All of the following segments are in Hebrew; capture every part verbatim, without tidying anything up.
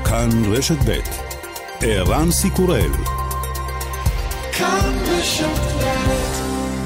כאן רשת ב' ערן סיקורל. כאן רשת ב'.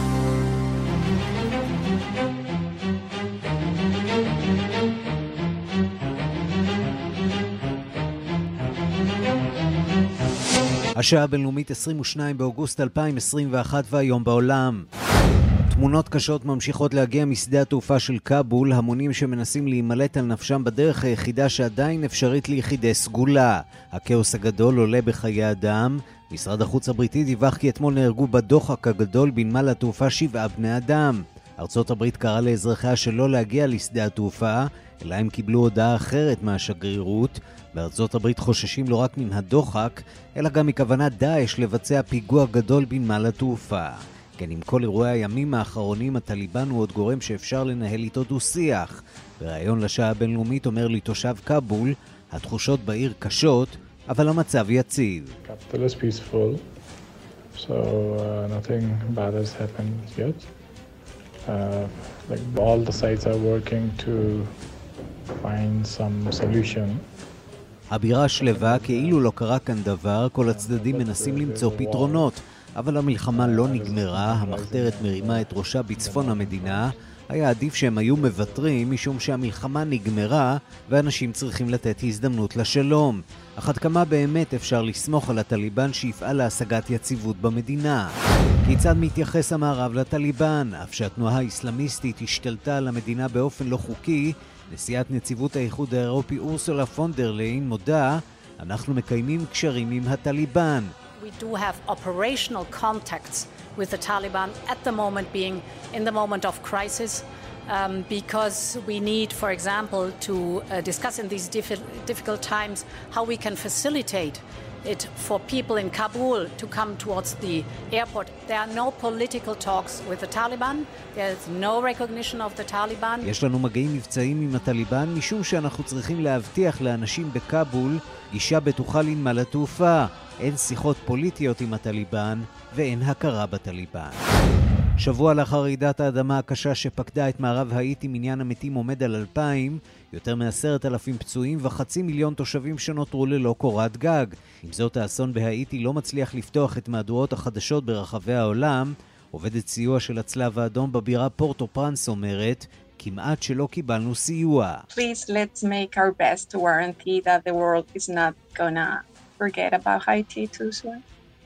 השעה הבינלאומית עשרים ושניים באוגוסט אלפיים עשרים ואחת והיום בעולם. תמונות קשות ממשיכות להגיע משדה התעופה של קאבול, המונים שמנסים להימלט על נפשם בדרך היחידה שעדיין אפשרית ליחידי סגולה. הכאוס הגדול עולה בחיי אדם. משרד החוץ הבריטי דיווח כי אתמול נהרגו בדוחק הגדול בנמל התעופה שבעה בני אדם. ארצות הברית קראה לאזרחיה שלא להגיע לשדה התעופה, אלא הם קיבלו הודעה אחרת מהשגרירות. בארצות הברית חוששים לא רק מן הדוחק, אלא גם מכוונת דאעש לבצע פיגוע גדול בנמל התעופה. כן, עם כל אירועי הימים האחרונים, הטליבן הוא עוד גורם שאפשר לנהל איתו דו-שיח. בראיון לשעה הבינלאומית אומר לי תושב קאבול, התחושות בעיר קשות, אבל המצב יציב. Capital is peaceful, so uh, nothing bad has happened yet. Uh, like all the sides are working to find some solution. הבירה שלווה, כאילו לא קרה כאן דבר, כל הצדדים מנסים למצוא פתרונות. אבל המלחמה לא נגמרה, המחתרת מרימה את ראשה בצפון המדינה. היה עדיף שהם היו מבטרים משום שהמלחמה נגמרה ואנשים צריכים לתת הזדמנות לשלום. אך עד כמה באמת אפשר לסמוך על הטליבן שיפעל להשגת יציבות במדינה? כיצד מתייחס המערב לטליבן? אף שהתנועה האסלאמיסטית השתלטה על המדינה באופן לא חוקי, נשיאת נציבות האיחוד האירופי אורסולה פון דר ליין מודה, אנחנו מקיימים קשרים עם הטליבן. We do have operational contacts with the Taliban at the moment being in the moment of crisis um, because we need, for example, to uh, discuss in these diff- difficult times how we can facilitate it for people in Kabul to come towards the airport. There are no political talks with the Taliban. There is no recognition of the Taliban. יש לנו מגעים מבצעיים עם הטליבן משום שאנחנו צריכים להבטיח לאנשים בקאבול גישה בטוחה לנמל התעופה. אין שיחות פוליטיות עם הטליבן ואין הכרה בטליבן. שבוע לאחר רעידת האדמה הקשה שפקדה את מערב האיטי, מניין המתים עומד על אלפיים, יותר מעשרת אלפים פצועים וחצי מיליון תושבים שנותרו ללא קורת גג. עם זאת, האסון בהאיטי לא מצליח לפתוח את מהדורות החדשות ברחבי העולם. עובדת סיוע של הצלב האדום בבירה פורטו פרנס אומרת, כמעט שלא קיבלנו סיוע. Please let's make our best to guarantee that the world is not gonna forget about Haiti too soon.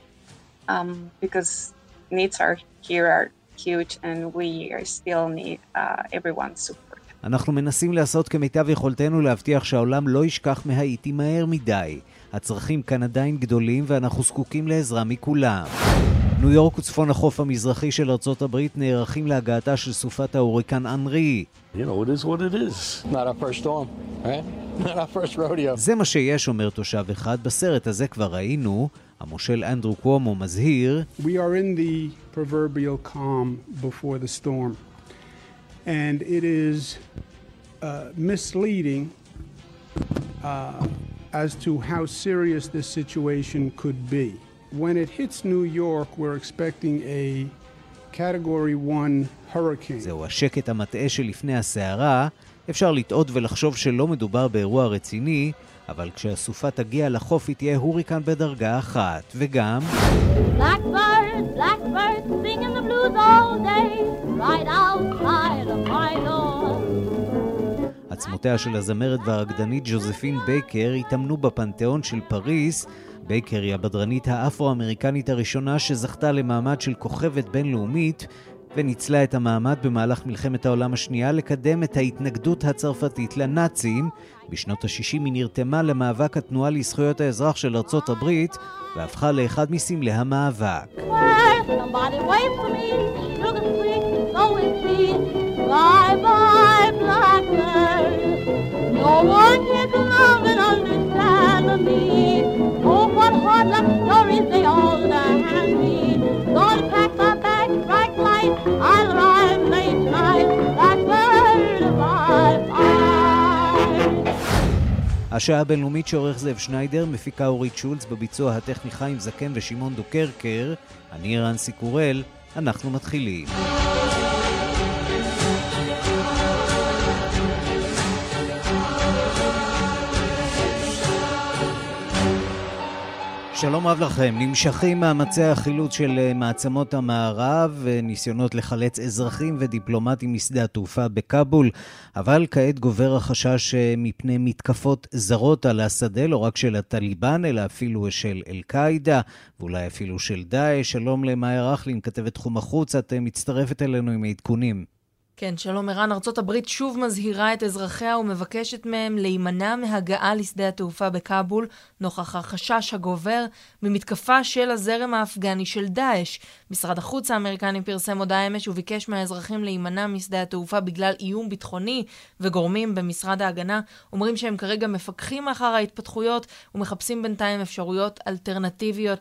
Um, because needs are here are huge and we are still need uh, everyone's support. אנחנו מנסים לעשות כמיטב יכולתנו להבטיח שהעולם לא ישכח מהאיטי מהר מדי. הצרכים כאן עדיין גדולים ואנחנו זקוקים לעזרה מכולם. ניו יורק וצפון החוף המזרחי של ארצות הברית נערכים להגעתה של סופת ההוריקן אנרי. You know, it is what it is. Not our first storm, right? Not our first rodeo. זה מה שיש, אומר תושב אחד. בסרט הזה כבר ראינו. המושל אנדרו קוומו מזהיר. We are in the proverbial calm before the storm. And it is uh, misleading uh, as to how serious this situation could be. When it hits New York, we're expecting a category one hurricane. זהו השקט המטעה שלפני הסערה. אפשר לטעות ולחשוב שלא מדובר באירוע רציני, אבל כשהסופה תגיע לחוף היא תהיה הוריקן בדרגה אחת. וגם Blackbird, blackbird, singing the blues all day, right outside of my door. עצמותיה של הזמרת והרקדנית ג'וזפין בייקר התאמנו בפנתיאון של פריס. בייקר היא הבדרנית האפרו-אמריקנית הראשונה שזכתה למעמד של כוכבת בינלאומית, וניצלה את המעמד במהלך מלחמת העולם השנייה לקדם את ההתנגדות הצרפתית לנאצים. בשנות ה-שישים היא נרתמה למאבק התנועה לזכויות האזרח של ארצות הברית, והפכה לאחד מסמלי המאבק. Bye bye blackbird, no one can love and understand me. Oh, what hard luck stories they all hand me. Gonna pack my bag, bright light, I'll arrive late tonight. Blackbird, bye bye. השעה הבינלאומית שעורך זאב שניידר, מפיקה אורית שולץ, בביצוע הטכני חיים זקן ושמעון דוקרקר. אני ערן סיקורל, אנחנו מתחילים. שלום רב לכם. נמשכים מאמצי החילוץ של מעצמות המערב וניסיונות לחלץ אזרחים ודיפלומטים משדה התעופה בקאבול, אבל כעת גובר החשש מפני מתקפות זרות על השדה, לא רק של הטליבן, אלא אפילו של אל-קאידה, ואולי אפילו של דאעש. שלום למאיה רכלין, כתבת תחום החוץ, את מצטרפת אלינו עם העדכונים. כן, שלום ערן. ארצות הברית שוב מזהירה את אזרחיה ומבקשת מהם להימנע מהגעה לשדה התעופה בקאבול, נוכח החשש הגובר ממתקפה של הזרם האפגני של דאעש. משרד החוץ האמריקני פרסם הודעה אמש וביקש מהאזרחים להימנע משדה התעופה בגלל איום ביטחוני, וגורמים במשרד ההגנה אומרים שהם כרגע מפקחים אחר ההתפתחויות ומחפשים בינתיים אפשרויות אלטרנטיביות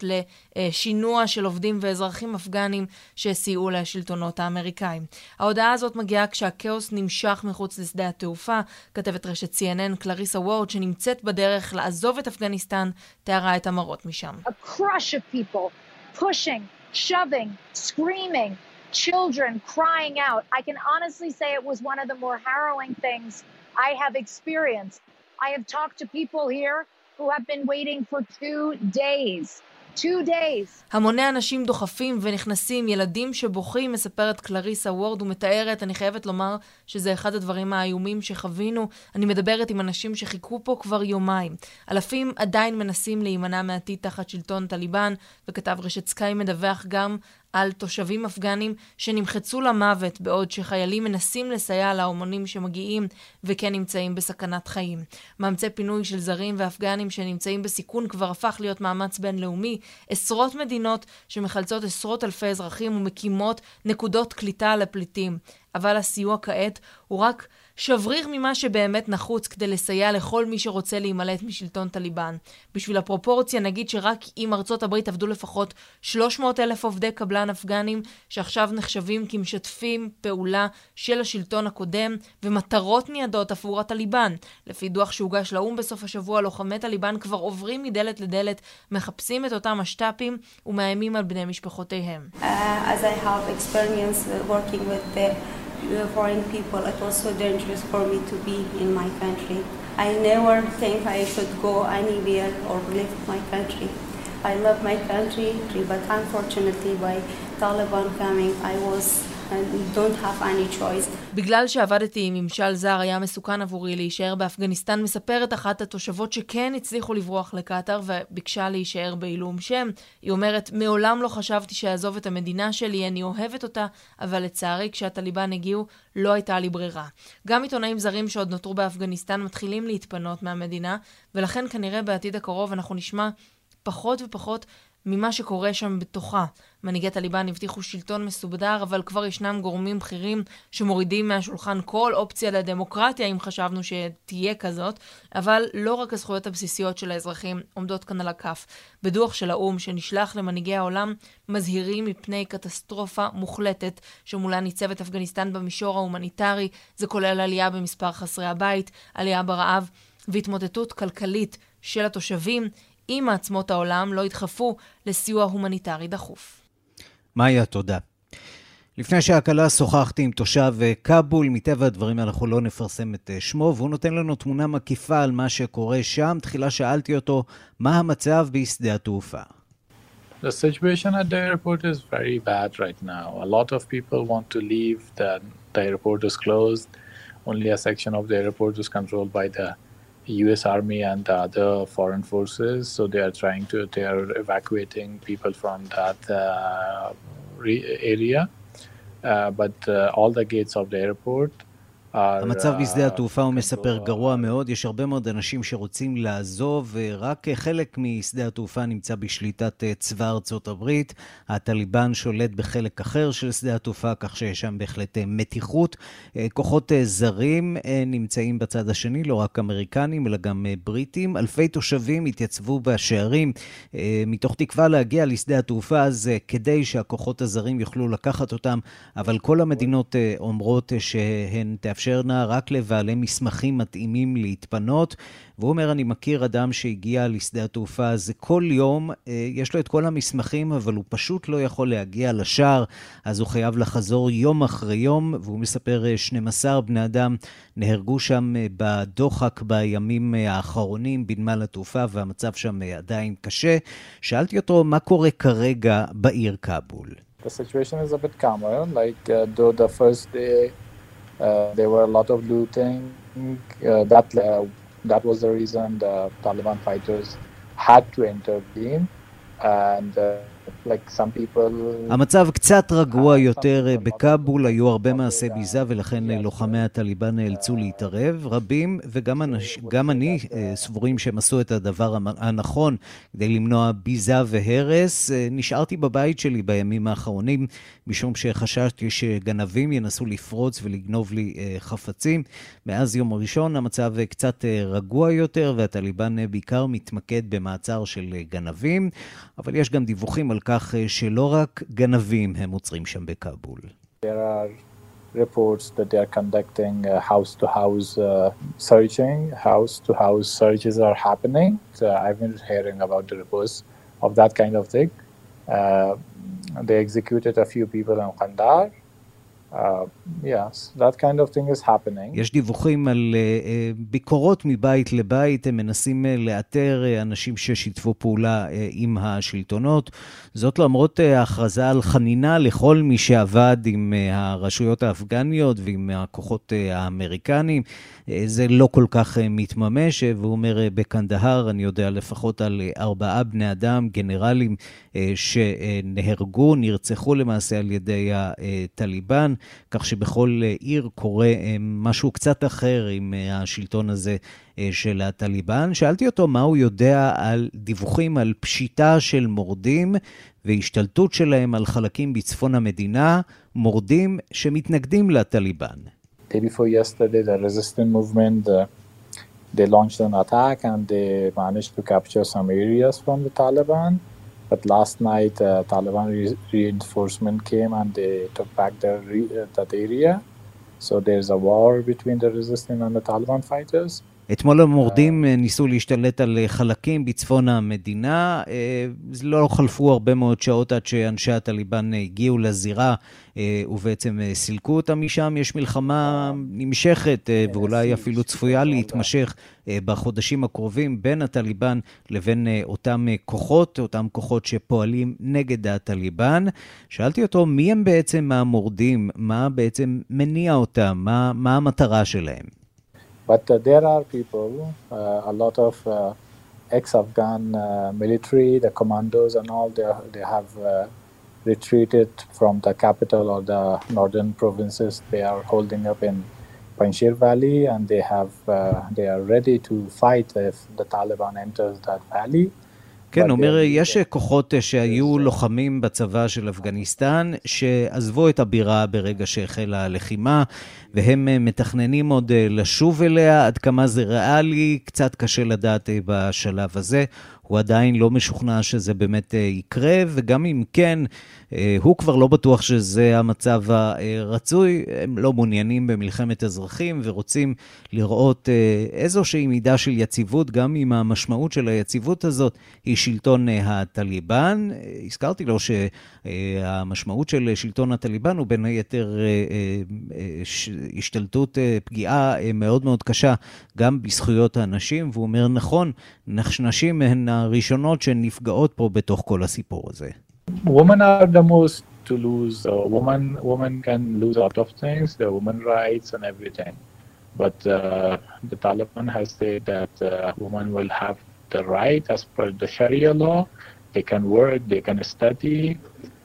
לשינוע של עובדים ואזרחים אפגנים שסייעו לשלטונות האמריקאים. ההודעה הזאת מגיעה כשהכאוס נמשך מחוץ לשדה התעופה. כתבת רשת סי אן אן קלריסה וורד, שנמצאת בדרך לעזוב את אפגניסטן, תיארה את המראות משם. A crush of people pushing, shoving, screaming, children crying out. I can honestly say it was one of the more harrowing things I have experienced. I have talked to people here who have been waiting for two days. Two days. המוני אנשים דוחפים ונכנסים, ילדים שבוכים, מספרת קלריסה וורד ומתארת, אני חייבת לומר שזה אחד הדברים האיומים שחווינו. אני מדברת עם אנשים שחיכו פה כבר יומיים. אלפים עדיין מנסים להימנע מעתיד תחת שלטון טליבן, וכתב רשת סקאי מדווח גם על תושבים אפגנים שנמחצו למוות, בעוד שחיילים מנסים לסייע להמונים שמגיעים וכן נמצאים בסכנת חיים. מאמצי פינוי של זרים ואפגנים שנמצאים בסיכון כבר הפך להיות מאמץ בינלאומי. עשרות מדינות שמחלצות עשרות אלפי אזרחים ומקימות נקודות קליטה לפליטים. אבל הסיוע כעת הוא רק שבריר ממה שבאמת נחוץ כדי לסייע לכל מי שרוצה להימלט משלטון טליבן. בשביל הפרופורציה נגיד שרק אם ארצות הברית עבדו לפחות שלוש מאות אלף עובדי קבלן אפגנים שעכשיו נחשבים כמשתפים פעולה של השלטון הקודם ומטרות מידות עבור הטליבן. לפי דוח שהוגש לאום בסוף השבוע, לוחמי טליבן כבר עוברים מדלת לדלת, מחפשים את אותם השטאפים ומאיימים על בני משפחותיהם. Uh, as I have experience working with the The foreign people, it was so dangerous for me to be in my country. I never think I should go anywhere or leave my country. I love my country, but unfortunately by Taliban coming, I was and don't have any choice. בגלל שעבדתי עם ממשל זר היה מסוכן עבורי להישאר באפגניסטן, מספרת אחת התושבות שכן הצליחו לברוח לקטר וביקשה להישאר בעילום שם. היא אומרת, מעולם לא חשבתי שאעזוב את המדינה שלי, אני אוהבת אותה, אבל לצערי כשהטליבן הגיעו לא הייתה לי ברירה. גם עיתונאים זרים שעוד נותרו באפגניסטן מתחילים להתפנות מהמדינה, ולכן כנראה בעתיד הקרוב אנחנו נשמע פחות ופחות ממה שקורה שם בתוכה. מנהיגי טליבן הבטיחו שלטון מסודר, אבל כבר ישנם גורמים בכירים שמורידים מהשולחן כל אופציה לדמוקרטיה, אם חשבנו שתהיה כזאת, אבל לא רק הזכויות הבסיסיות של האזרחים עומדות כאן על הכף. בדוח של האום שנשלח למנהיגי העולם, מזהירים מפני קטסטרופה מוחלטת שמולה ניצבת אפגניסטן במישור ההומניטרי. זה כולל עלייה במספר חסרי הבית, עלייה ברעב והתמוטטות כלכלית של התושבים, אם מעצמות העולם לא ידחפו לסיוע הומניטרי דחוף. מאיה, תודה. לפני שהקלה שוחחתי עם תושב קאבול, מטבע הדברים אנחנו לא נפרסם את שמו, והוא נותן לנו תמונה מקיפה על מה שקורה שם. תחילה שאלתי אותו, מה המצב בשדה התעופה? The situation at the airport is very bad right now. A lot of people want to leave. The, the airport is closed. Only a section of the airport is controlled by the U S Army and the other foreign forces, so they are trying to, they are evacuating people from that uh, re- area, uh, but uh, all the gates of the airport are... המצב בשדה התעופה הוא מספר גרוע מאוד, יש הרבה מאוד אנשים שרוצים לעזוב, ורק חלק משדה התעופה נמצא בשליטת צבא ארצות הברית. הטליבן שולט בחלק אחר של שדה התעופה, כך שיש שם בהחלט מתיחות. כוחות זרים נמצאים בצד השני, לא רק אמריקנים אלא גם בריטים. אלפי תושבים התייצבו בשערים מתוך תקווה להגיע לשדה התעופה הזה כדי שהכוחות הזרים יוכלו לקחת אותם, אבל כל המדינות אומרות שהן תאפשר שתאפשרנה רק לבעלי מסמכים מתאימים להתפנות. והוא אומר, אני מכיר אדם שהגיע לשדה התעופה הזה כל יום, יש לו את כל המסמכים, אבל הוא פשוט לא יכול להגיע לשער, אז הוא חייב לחזור יום אחרי יום, והוא מספר שנים עשר בני אדם נהרגו שם בדוחק בימים האחרונים בנמל התעופה, והמצב שם עדיין קשה. שאלתי אותו, מה קורה כרגע בעיר קאבול? The situation is a bit calmer, like uh, though the first day uh, there were a lot of looting, uh, that uh, that was the reason the Taliban fighters had to intervene, and uh, like some people... המצב קצת רגוע יותר בקאבול, היו הרבה מעשי ביזה ולכן לוחמי הטליבן נאלצו להתערב. רבים וגם אנש, גם אני סבורים שהם עשו את הדבר הנכון כדי למנוע ביזה והרס. נשארתי בבית שלי בימים האחרונים משום שחששתי שגנבים ינסו לפרוץ ולגנוב לי חפצים. מאז יום הראשון המצב קצת רגוע יותר והטליבן בעיקר מתמקד במעצר של גנבים, אבל יש גם דיווחים על כך שלא רק גנבים הם עוצרים שם בקאבול. There are reports that they are conducting uh, house-to-house uh, searching. House-to-house searches are happening. So I've been hearing about the reports of that kind of thing. Uh, they executed a few people in Kandahar. Uh, yes, that kind of thing is happening. יש דיווחים על uh, ביקורות מבית לבית, הם מנסים uh, לאתר uh, אנשים ששיתפו פעולה uh, עם השלטונות. זאת למרות uh, ההכרזה על חנינה לכל מי שעבד עם uh, הרשויות האפגניות ועם הכוחות uh, האמריקנים. Uh, זה לא כל כך uh, מתממש, uh, והוא אומר uh, בקנדהר, אני יודע לפחות על uh, ארבעה בני אדם, גנרלים uh, שנהרגו, נרצחו למעשה על ידי הטליבן. כך שבכל עיר קורה משהו קצת אחר עם השלטון הזה של הטליבן. שאלתי אותו מה הוא יודע על דיווחים על פשיטה של מורדים והשתלטות שלהם על חלקים בצפון המדינה, מורדים שמתנגדים לטליבן. Day before yesterday, the resistance movement, uh, they launched an attack and they managed to capture some areas from the Taliban. But last night, uh, Taliban re- reinforcement came and they took back the re- uh, that area. So there's a war between the resistance and the Taliban fighters. אתמול המורדים ניסו להשתלט על חלקים בצפון המדינה. לא חלפו הרבה מאוד שעות עד שאנשי הטליבן הגיעו לזירה ובעצם סילקו אותם משם. יש מלחמה נמשכת ואולי אפילו צפויה להתמשך בחודשים הקרובים בין הטליבן לבין אותם כוחות, אותם כוחות שפועלים נגד הטליבן. שאלתי אותו מי הם בעצם המורדים, מה בעצם מניע אותם, מה, מה המטרה שלהם. But uh, there are people, uh, a lot of uh, ex-Afghan uh, military, the commandos and all, they, they have uh, retreated from the capital or the northern provinces. They are holding up in Panjshir Valley and they have uh, they are ready to fight if the Taliban enters that valley. כן, אומר, יש כוחות שהיו לוחמים בצבא של אפגניסטן, שעזבו את הבירה ברגע שהחלה הלחימה, והם מתכננים עוד לשוב אליה, עד כמה זה ריאלי, קצת קשה לדעת בשלב הזה. הוא עדיין לא משוכנע שזה באמת יקרה, וגם אם כן, הוא כבר לא בטוח שזה המצב הרצוי. הם לא מעוניינים במלחמת אזרחים ורוצים לראות איזושהי מידה של יציבות, גם אם המשמעות של היציבות הזאת היא שלטון הטליבן. הזכרתי לו שהמשמעות של שלטון הטליבן הוא בין היתר השתלטות, פגיעה מאוד מאוד קשה גם בזכויות האנשים, והוא אומר נכון, נשים הן הראשונות שנפגעות פה בתוך כל הסיפור הזה. Women are the most to lose. Uh, women, women can lose a lot of things, the women rights and everything. But uh, the Taliban has said that uh, women will have the right as per the Sharia law. They can work, they can study.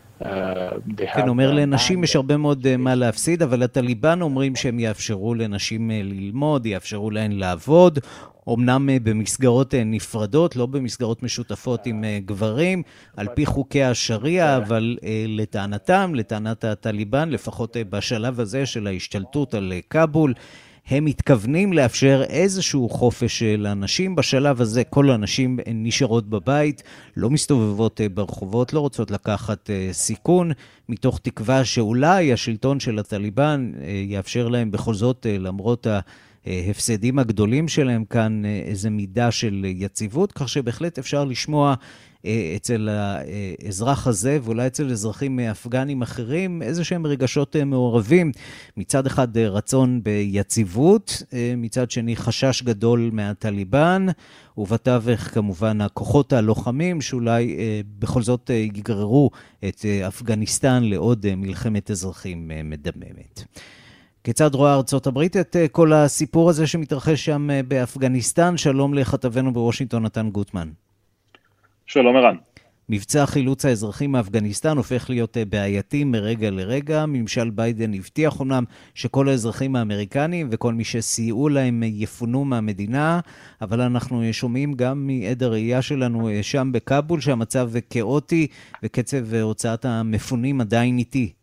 כן, אומר לנשים יש הרבה מאוד מה להפסיד, אבל הטליבן אומרים שהם יאפשרו לנשים ללמוד, יאפשרו להן לעבוד, אמנם במסגרות נפרדות, לא במסגרות משותפות עם גברים, על פי חוקי השריעה, אבל לטענתם, לטענת הטליבן, לפחות בשלב הזה של ההשתלטות על קאבול, הם מתכוונים לאפשר איזשהו חופש לאנשים. בשלב הזה כל הנשים נשארות בבית, לא מסתובבות ברחובות, לא רוצות לקחת סיכון, מתוך תקווה שאולי השלטון של הטליבן יאפשר להם בכל זאת, למרות ההפסדים הגדולים שלהם כאן, איזו מידה של יציבות, כך שבהחלט אפשר לשמוע אצל האזרח הזה, ואולי אצל אזרחים אפגנים אחרים, איזה שהם רגשות מעורבים. מצד אחד רצון ביציבות, מצד שני חשש גדול מהטליבן, ובתווך כמובן הכוחות הלוחמים, שאולי בכל זאת יגררו את אפגניסטן לעוד מלחמת אזרחים מדממת. כיצד רואה ארצות הברית את כל הסיפור הזה שמתרחש שם באפגניסטן? שלום לכתבנו בוושינגטון נתן גוטמן. שלום ערן. מבצע חילוץ האזרחים מאפגניסטן הופך להיות בעייתי מרגע לרגע. ממשל ביידן הבטיח אומנם שכל האזרחים האמריקנים וכל מי שסייעו להם יפונו מהמדינה, אבל אנחנו שומעים גם מעד הראייה שלנו שם בקאבול שהמצב כאוטי וקצב הוצאת המפונים עדיין איטי.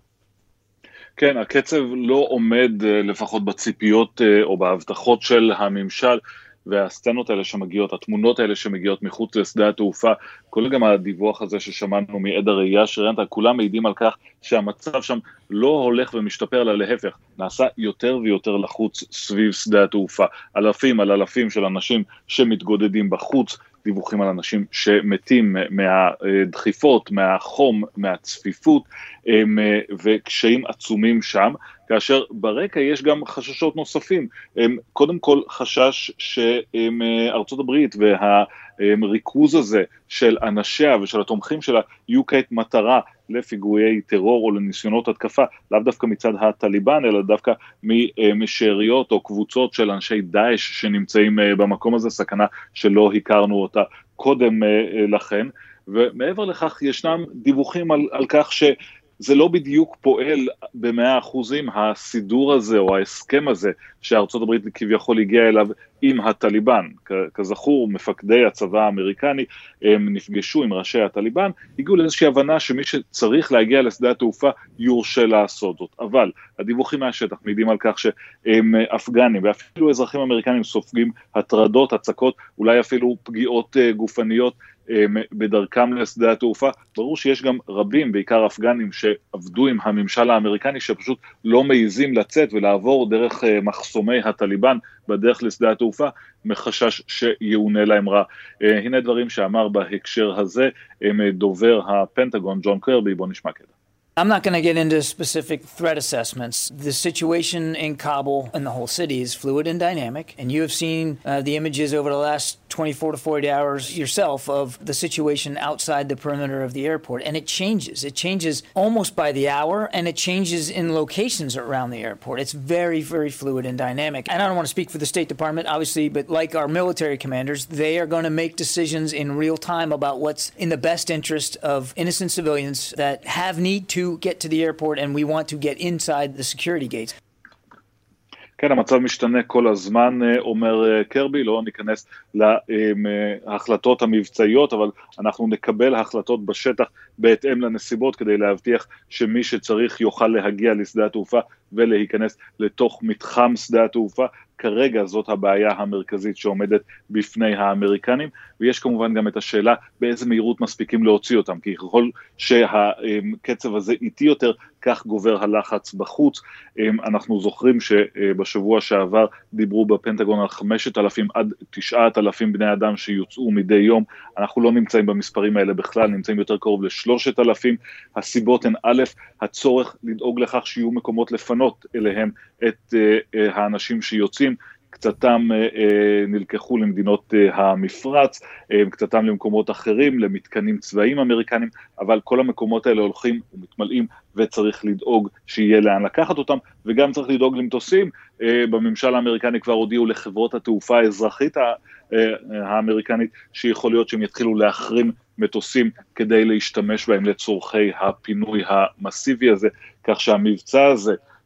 כן, הקצב לא עומד לפחות בציפיות או בהבטחות של הממשל, והסצנות האלה שמגיעות, התמונות האלה שמגיעות מחוץ לשדה התעופה, כולל גם הדיווח הזה ששמענו מעד הראייה שריינת, כולם מעידים על כך שהמצב שם לא הולך ומשתפר, אלא להפך, נעשה יותר ויותר לחוץ סביב שדה התעופה. אלפים על אלפים של אנשים שמתגודדים בחוץ, דיווחים על אנשים שמתים מהדחיפות, מהחום, מהצפיפות, וקשיים עצומים שם, כאשר ברקע יש גם חששות נוספים. קודם כל חשש שארצות הברית והריכוז הזה של אנשיה ושל התומכים שלה יהיו כעת מטרה לפיגועי טרור או לניסיונות התקפה, לאו דווקא מצד הטליבן, אלא דווקא משאריות או קבוצות של אנשי דאעש שנמצאים במקום הזה, סכנה שלא הכרנו אותה קודם לכן. ומעבר לכך ישנם דיווחים על, על כך ש... זה לא בדיוק פועל במאה אחוזים הסידור הזה או ההסכם הזה שארצות הברית כביכול הגיע אליו עם הטליבן. כזכור, מפקדי הצבא האמריקני הם נפגשו עם ראשי הטליבן, הגיעו לאיזושהי הבנה שמי שצריך להגיע לשדה התעופה יורשה לעשות זאת. אבל הדיווחים מהשטח מעידים על כך שהם אפגנים ואפילו אזרחים אמריקנים סופגים הטרדות, הצקות, אולי אפילו פגיעות גופניות בדרכם לשדה התעופה. ברור שיש גם רבים, בעיקר אפגנים, שעבדו עם הממשל האמריקני, שפשוט לא מעיזים לצאת ולעבור דרך מחסומי הטליבן בדרך לשדה התעופה, מחשש שיעונה להם רע. הנה דברים שאמר בהקשר הזה דובר הפנטגון, ג'ון קרבי. בוא נשמע כזה. I'm not going to get into specific threat assessments. The situation in Kabul and the whole city is fluid and dynamic, and you have seen uh, the images over the last twenty-four to forty hours yourself of the situation outside the perimeter of the airport, and it changes. It changes almost by the hour, and it changes in locations around the airport. It's very, very fluid and dynamic. And I don't want to speak for the State Department, obviously, but like our military commanders, they are going to make decisions in real time about what's in the best interest of innocent civilians that have need to get to the airport, and we want to get inside the security gates. כן, המצב משתנה כל הזמן, אומר קרבי, לא ניכנס להחלטות המבצעיות, אבל אנחנו נקבל החלטות בשטח בהתאם לנסיבות, כדי להבטיח שמי שצריך יוכל להגיע לשדה התעופה ולהיכנס לתוך מתחם שדה התעופה. כרגע זאת הבעיה המרכזית שעומדת בפני האמריקנים, ויש כמובן גם את השאלה באיזה מהירות מספיקים להוציא אותם, כי ככל שהקצב הזה איטי יותר, כך גובר הלחץ בחוץ. אנחנו זוכרים שבשבוע שעבר דיברו בפנטגון על חמשת אלפים עד תשעת אלפים בני אדם שיוצאו מדי יום. אנחנו לא נמצאים במספרים האלה בכלל, נמצאים יותר קרוב לשלושת אלפים. הסיבות הן א', הצורך לדאוג לכך שיהיו מקומות לפנות אליהם את האנשים שיוצאים. קצתם אה, נלקחו למדינות אה, המפרץ, אה, קצתם למקומות אחרים, למתקנים צבאיים אמריקנים, אבל כל המקומות האלה הולכים ומתמלאים, וצריך לדאוג שיהיה לאן לקחת אותם, וגם צריך לדאוג למטוסים. אה, בממשל האמריקני כבר הודיעו לחברות התעופה האזרחית אה, האמריקנית, שיכול להיות שהם יתחילו להחרים מטוסים כדי להשתמש בהם לצורכי הפינוי המסיבי הזה, כך שהמבצע הזה,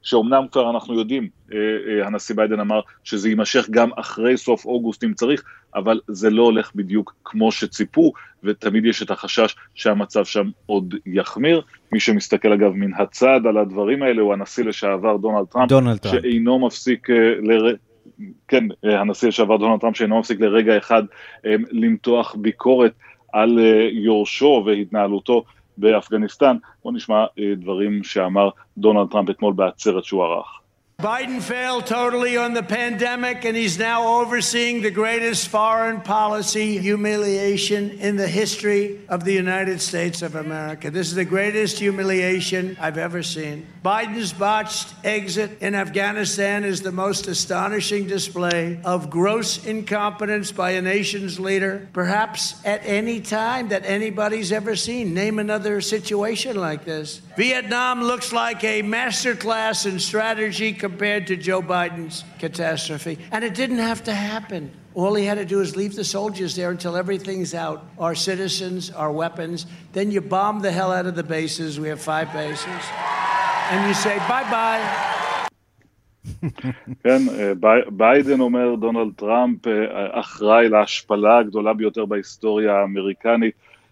שאומנם כבר אנחנו יודעים, הנשיא ביידן אמר שזה יימשך גם אחרי סוף אוגוסט אם צריך, אבל זה לא הולך בדיוק כמו שציפו, ותמיד יש את החשש שהמצב שם עוד יחמיר. מי שמסתכל אגב מן הצד על הדברים האלה הוא הנשיא לשעבר דונלד טראמפ, דונלד טראמפ. שאינו מפסיק ל... כן, הנשיא לשעבר דונלד טראמפ שאינו מפסיק לרגע אחד למתוח ביקורת על יורשו והתנהלותו באפגניסטן. בוא נשמע דברים שאמר דונלד טראמפ אתמול בעצרת שהוא ערך. Biden failed totally on the pandemic, and he's now overseeing the greatest foreign policy humiliation in the history of the United States of America. This is the greatest humiliation I've ever seen. Biden's botched exit in Afghanistan is the most astonishing display of gross incompetence by a nation's leader, perhaps at any time that anybody's ever seen. Name another situation like this. Vietnam looks like a masterclass in strategy compared to Joe Biden's catastrophe. And it didn't have to happen. All he had to do is leave the soldiers there until everything's out. Our citizens, our weapons. Then you bomb the hell out of the bases. We have five bases. And you say, bye-bye. כן, ביידן אומר, דונלד טראמפ אחראי להשפלה הגדולה ביותר בהיסטוריה האמריקנית.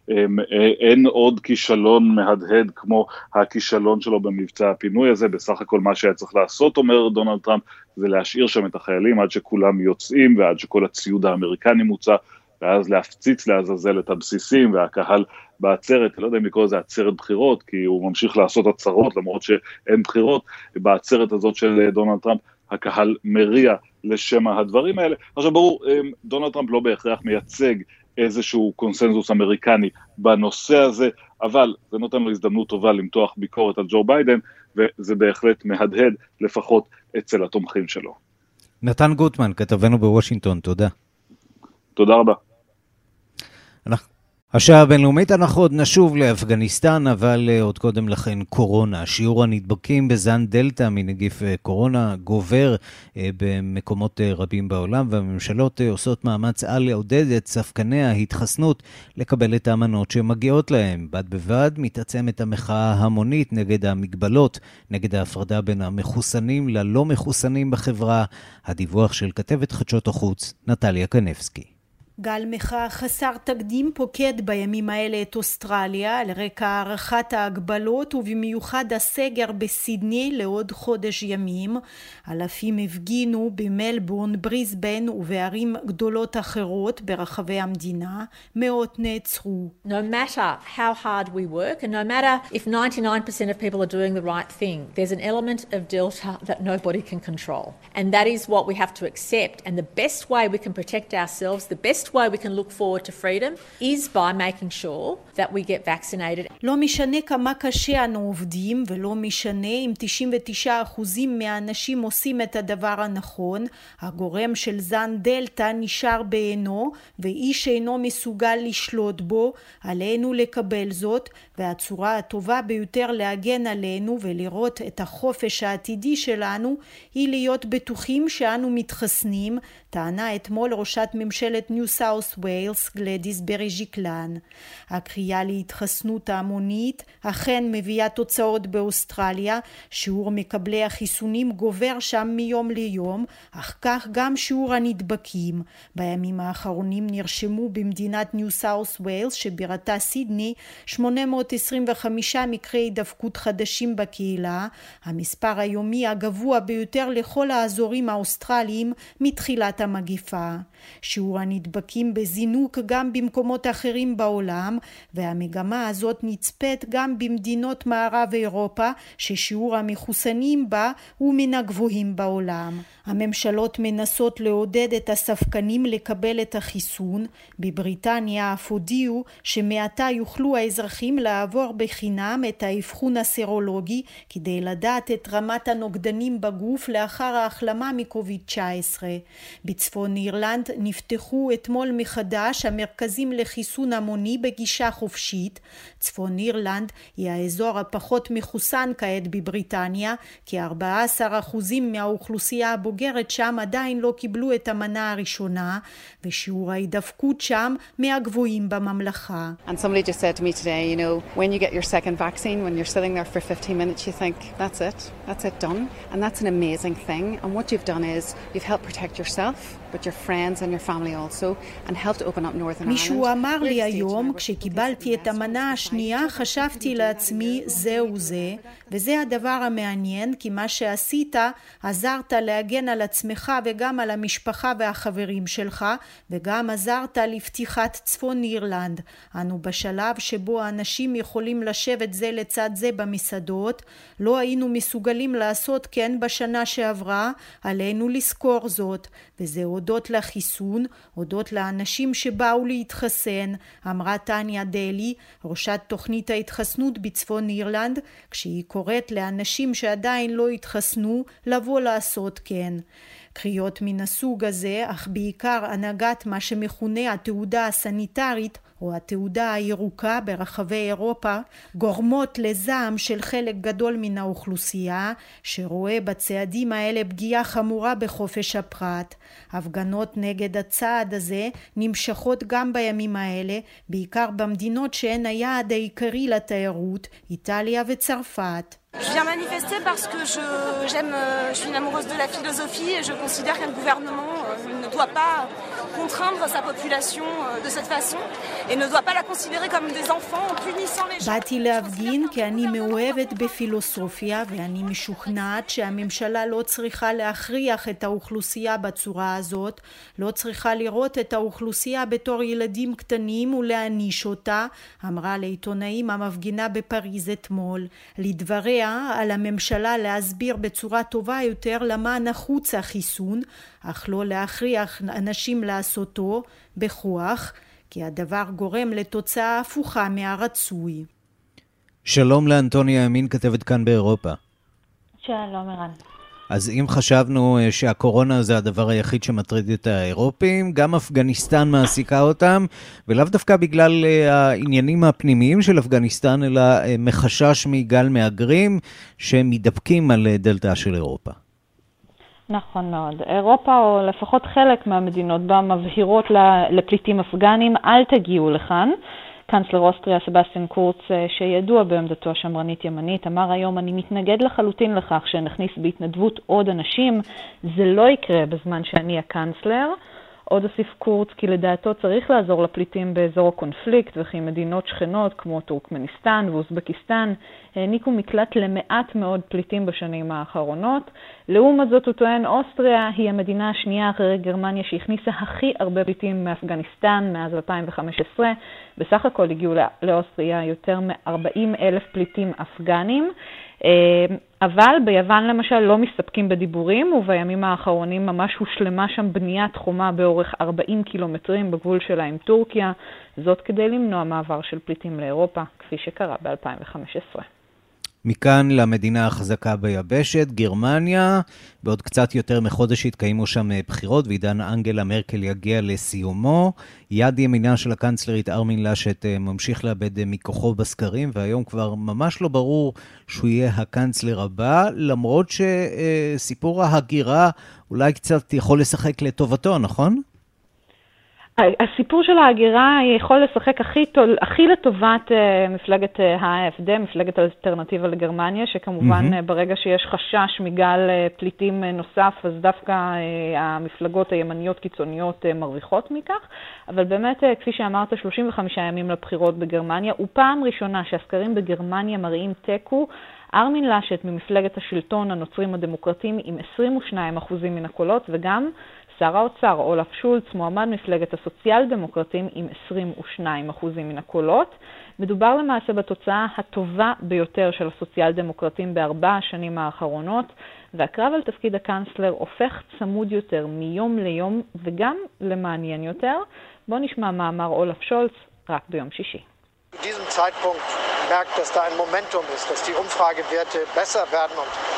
אין עוד כישלון מהדהד כמו הכישלון שלו במבצע הפינוי הזה. בסך הכל מה שהיה צריך לעשות, אומר דונלד טראמפ, זה להשאיר שם את החיילים עד שכולם יוצאים ועד שכל הציוד האמריקני מוצא, ואז להפציץ לעזאזל את הבסיסים, והקהל בעצרת, לא יודע אם לקרוא לזה עצרת בחירות, כי הוא ממשיך לעשות הצהרות למרות שאין בחירות, בעצרת הזאת של דונלד טראמפ הקהל מריע לשם הדברים האלה. עכשיו ברור, דונלד טראמפ לא בהכרח מייצג איזשהו קונסנזוס אמריקני בנושא הזה, אבל זה נותן לו הזדמנות טובה למתוח ביקורת על ג'ו ביידן, וזה בהחלט מהדהד לפחות אצל התומכים שלו. נתן גוטמן, כתבנו בוושינגטון, תודה. תודה רבה. אנחנו... השעה הבינלאומית, אנחנו עוד נשוב לאפגניסטן, אבל עוד קודם לכן קורונה. שיעור הנדבקים בזן דלטה מנגיף קורונה גובר במקומות רבים בעולם, והממשלות עושות מאמץ על לעודד את ספקני ההתחסנות לקבל את האמנות שמגיעות להם. בד בבד מתעצמת המחאה המונית נגד המגבלות, נגד ההפרדה בין המחוסנים ללא מחוסנים בחברה. הדיווח של כתבת חדשות החוץ, נטליה קנבסקי. גל מחאה חסר תקדים פוקד בימים האלה את אוסטרליה על רקע הערכת ההגבלות ובמיוחד הסגר בסידני לעוד חודש ימים. אלפים הפגינו במלבורן, בריסבן ובערים גדולות אחרות ברחבי המדינה. מאות נעצרו. No matter how hard we work and no matter if ninety-nine percent of people are doing the right thing, there's an element of delta that nobody can control. And that is what we have to accept. And the best way we can protect ourselves, the best way we can look forward to freedom is by making sure that we get vaccinated. לא משנה כמה קשה אנו עובדים ולא משנה אם תשעים ותשעה אחוז מהאנשים עושים את הדבר הנכון, הגורם של זן דלטה נשאר בעינו ואיש אינו מסוגל לשלוט בו. עלינו לקבל זאת, והצורה הטובה ביותר להגן עלינו ולראות את החופש העתידי שלנו היא להיות בטוחים שאנו מתחסנים, טענה אתמול ראשת ממשלת ניו סאות' ויילס גלדיס ברג'יקלן. הקריאה להתחסנות ההמונית אכן מביאה תוצאות באוסטרליה. שיעור מקבלי החיסונים גובר שם מיום ליום, אך כך גם שיעור הנדבקים. בימים האחרונים נרשמו במדינת ניו סאות' ויילס שבירתה סידני שמונה מאות עשרים וחמישה מקרי דפקות חדשים בקהילה, המספר היומי הגבוה ביותר לכל האזורים האוסטרליים מתחילת המגיפה. שיעור הנדבקים בזינוק גם במקומות אחרים בעולם, והמגמה הזאת נצפית גם במדינות מערב אירופה ששיעור המחוסנים בה הוא מן הגבוהים בעולם. הממשלות מנסות לעודד את הספקנים לקבל את החיסון. בבריטניה אף הודיעו שמעתה יוכלו האזרחים לעבור בחינם את האבחון הסרולוגי כדי לדעת את רמת הנוגדנים בגוף לאחר ההחלמה מקוביד תשע עשרה. בצפון אירלנד נפתחו אתמול אתמול מחדש המרכזים לחיסון המוני בגישה חופשית. צפון אירלנד היא האזור הפחות מחוסן כעת בבריטניה, כי ארבעה עשר אחוזים מהאוכלוסייה הבוגרת שם עדיין לא קיבלו את המנה הראשונה, ושיעור ההידבקות שם מהגבוהים בממלכה. And somebody just said to me today, you know, when you get your second vaccine, when you're sitting there for fifteen minutes, you think, that's it, that's it done. And that's an amazing thing. And what you've done is you've helped protect yourself, but your friends and your family also, and helped open up Northern Ireland. מישהו אמר לי היום, כשקיבלתי את המנה השנייה, חשבתי לעצמי, זהו זה, וזה הדבר המעניין, כי מה שעשית, עזרת להגן על עצמך וגם על המשפחה והחברים שלך, וגם עזרת לפתיחת צפון אירלנד. אנו בשלב שבו האנשים יכולים לשבת זה לצד זה במסעדות, לא היינו מסוגלים לעשות כן בשנה שעברה, עלינו לזכור זאת, וזה הודות לחיסון, הודות לאנשים שבאו להתחסן, אמרה טניה דלי, ראשת תוכנית ההתחסנות בצפון אירלנד, כשהיא קוראת לאנשים שעדיין לא התחסנו לבוא לעשות כן. קריאות מן הסוג הזה, אך בעיקר הנהגת מה שמכונה התעודה הסניטרית או התעודה הירוקה ברחבי אירופה, גורמות לזעם של חלק גדול מן האוכלוסייה, שרואה בצעדים האלה פגיעה חמורה בחופש הפרט. הפגנות נגד הצעד הזה נמשכות גם בימים האלה, בעיקר במדינות שהן היעד העיקרי לתיירות, איטליה וצרפת. Je viens manifester parce que je, j'aime, je suis une amoureuse de la philosophie et je considère qu'un gouvernement ne doit pas contraindre sa population de cette façon et ne doit pas la considérer comme des enfants en punissant les gens. באתי להפגין כי אני מאוהבת בפילוסופיה ואני משוכנעת שהממשלה לא צריכה להכריח את האוכלוסייה בצורה הזאת, לא צריכה לראות את האוכלוסייה בתור ילדים קטנים ולהעניש אותה, אמרה לעיתונאים המפגינה בפריז אתמול. לדבריה על הממשלה להסביר בצורה טובה יותר למה נחוץ החיסון, אך לא להכריח אנשים לעשותו בכוח, כי הדבר גורם לתוצאה הפוכה מהרצוי. שלום לאנטוניה ימין, כתבת כאן באירופה. שלום ערן. אז אם חשבנו שהקורונה זה הדבר היחיד שמטריד את האירופים, גם אפגניסטן מעסיקה אותם, ולאו דווקא בגלל העניינים הפנימיים של אפגניסטן, אלא מחשש מגל מהגרים שמדבקים על דלתה של אירופה. נכון מאוד. אירופה, או לפחות חלק מהמדינות בה, מבהירות לפליטים אפגנים, אל תגיעו לכאן. קאנצלר אוסטריה סבסטיאן קורץ, שידוע בעמדתו השמרנית ימנית, אמר היום, אני מתנגד לחלוטין לכך שנכניס בהתנדבות עוד אנשים, זה לא יקרה בזמן שאני הקאנצלר. עוד הוסיף קורץ כי לדעתו צריך לעזור לפליטים באזור הקונפליקט, וכי מדינות שכנות כמו טורקמניסטן ואוזבקיסטן העניקו מקלט למעט מאוד פליטים בשנים האחרונות. לעומת זאת הוא טוען, אוסטריה היא המדינה השנייה אחרי גרמניה שהכניסה הכי הרבה פליטים מאפגניסטן מאז אלפיים וחמש עשרה. בסך הכל הגיעו לאוסטריה יותר מ-ארבעים אלף פליטים אפגנים. אבל ביוון למשל לא מסתפקים בדיבורים, ובימים האחרונים ממש הושלמה שם בניית חומה באורך ארבעים קילומטרים בגבול שלה עם טורקיה, זאת כדי למנוע מעבר של פליטים לאירופה, כפי שקרה ב-אלפיים וחמש עשרה. מכאן למדינה החזקה ביבשת, גרמניה, בעוד קצת יותר מחודש התקיימו שם בחירות, ועידן אנגלה מרקל יגיע לסיומו. יד ימינה של הקנצלרית ארמין לשט ממשיך לאבד מכוחו בסקרים, והיום כבר ממש לא ברור שהוא יהיה הקנצלר הבא, למרות שסיפור ההגירה אולי קצת יכול לשחק לטובתו, נכון? הסיפור של ההגירה יכול לשחק הכי, הכי לטובת uh, מפלגת ה-אף די, מפלגת האלטרנטיבה לגרמניה, שכמובן mm-hmm. ברגע שיש חשש מגל uh, פליטים uh, נוסף, אז דווקא uh, המפלגות הימניות קיצוניות uh, מרוויחות מכך. אבל באמת, uh, כפי שאמרת, שלושים וחמישה ימים לבחירות בגרמניה, ופעם ראשונה שהסקרים בגרמניה מראים תיקו, ארמין לשט ממפלגת השלטון הנוצרים הדמוקרטים עם עשרים ושניים אחוזים מן הקולות, וגם שר האוצר אולף שולץ, מועמד מפלגת הסוציאל דמוקרטים עם עשרים ושניים אחוזים מן הקולות. מדובר למעשה בתוצאה הטובה ביותר של הסוציאל דמוקרטים בארבע השנים האחרונות, והקרב על תפקיד הקאנצלר הופך צמוד יותר מיום ליום וגם למעניין יותר. בוא נשמע מאמר אולף שולץ רק ביום שישי. In diesem Zeitpunkt merkt, dass da ein Momentum ist, dass die Umfragewerte besser werden und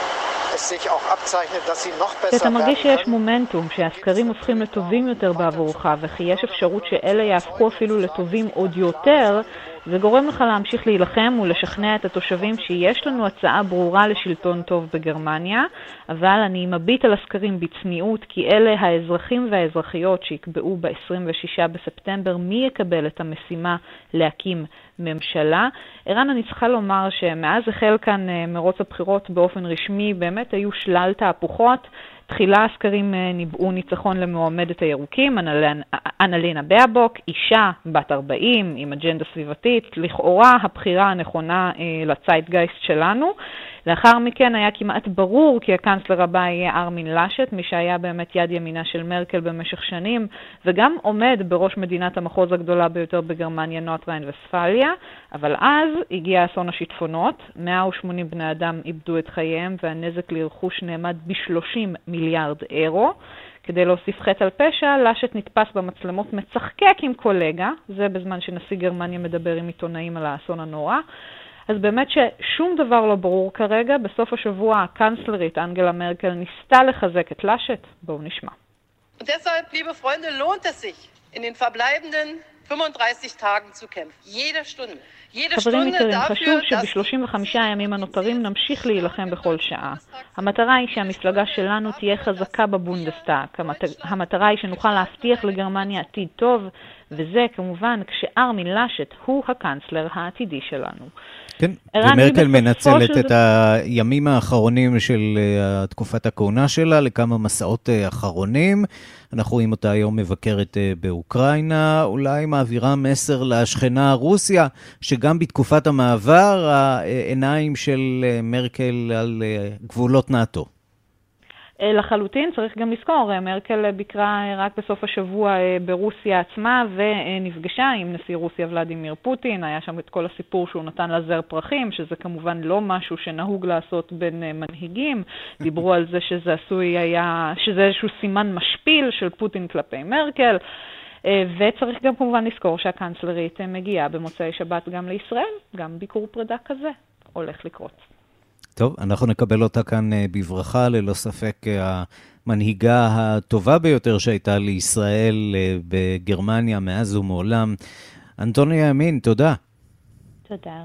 אתה מרגיש שיש מומנטום, שהסקרים הופכים לטובים יותר בעבורך, וכי יש אפשרות שאלה יהפכו אפילו לטובים עוד יותר, זה גורם לך להמשיך להילחם ולשכנע את התושבים שיש לנו הצעה ברורה לשלטון טוב בגרמניה, אבל אני מביט על הסקרים בצניעות, כי אלה האזרחים והאזרחיות שיקבעו ב-עשרים ושישה בספטמבר מי יקבל את המשימה להקים ממשלה. ערן, אני צריכה לומר שמאז החל כאן מרוץ הבחירות באופן רשמי, באמת היו שלל תהפוכות. תחילה הסקרים ניבאו ניצחון למועמדת הירוקים, אנלינה באבוק, אישה בת ארבעים עם אג'נדה סביבתית, לכאורה הבחירה הנכונה לצייטגייסט שלנו. לאחר מכן היה כמעט ברור כי הקנצלר הבא יהיה ארמין לשט, מי שהיה באמת יד ימינה של מרקל במשך שנים, וגם עומד בראש מדינת המחוז הגדולה ביותר בגרמניה, נורת' ריין וספליה, אבל אז הגיע אסון השיטפונות, מאה ושמונים בני אדם איבדו את חייהם, והנזק לרכוש נאמד ב-שלושים מיליארד אירו. כדי להוסיף חטא על פשע, לשט נתפס במצלמות מצחקק עם קולגה, זה בזמן שנשיא גרמניה מדבר עם עיתונאים על האסון הנורא. אז באמת ששום דבר לא ברור כרגע. בסוף השבוע הקנצלרית אנגלה מרקל ניסתה לחזק את לשט. בואו נשמע. Und deshalb, liebe Freunde, lohnt es sich, in den verbleibenden fünfunddreißig Tagen zu kämpfen. Jede Stunde. חברים יקרים, חשוב שב-שלושים וחמישה הימים הנותרים נמשיך להילחם בכל שעה. המטרה היא שהמפלגה שלנו תהיה חזקה בבונדסטאג. המטרה היא שנוכל להבטיח לגרמניה עתיד טוב, וזה כמובן כשארמין לשט הוא הקנצלר העתידי שלנו. כן, ומרקל מנצלת את הימים האחרונים של תקופת הכהונה שלה לכמה מסעות אחרונים. אנחנו רואים אותה היום מבקרת באוקראינה, אולי מעבירה מסר לשכנה רוסיה, שגם בתקופת המעבר העיניים של מרקל על גבולות נאטו. לחלוטין, צריך גם לזכור, מרקל ביקרה רק בסוף השבוע ברוסיה עצמה ונפגשה עם נשיא רוסיה ולדימיר פוטין. היה שם את כל הסיפור שהוא נתן לזר פרחים, שזה כמובן לא משהו שנהוג לעשות בין מנהיגים. דיברו על זה שזה עשוי היה, שזה איזשהו סימן משפיל של פוטין כלפי מרקל. וצריך גם כמובן לזכור שהקנצלרית מגיעה במוצאי שבת גם לישראל, גם ביקור פרידה כזה הולך לקרות. טוב, אנחנו נקבל אותה כאן בברכה, ללא ספק המנהיגה הטובה ביותר שהייתה לישראל בגרמניה מאז ומעולם. אנטוניה ימין, תודה. תודה.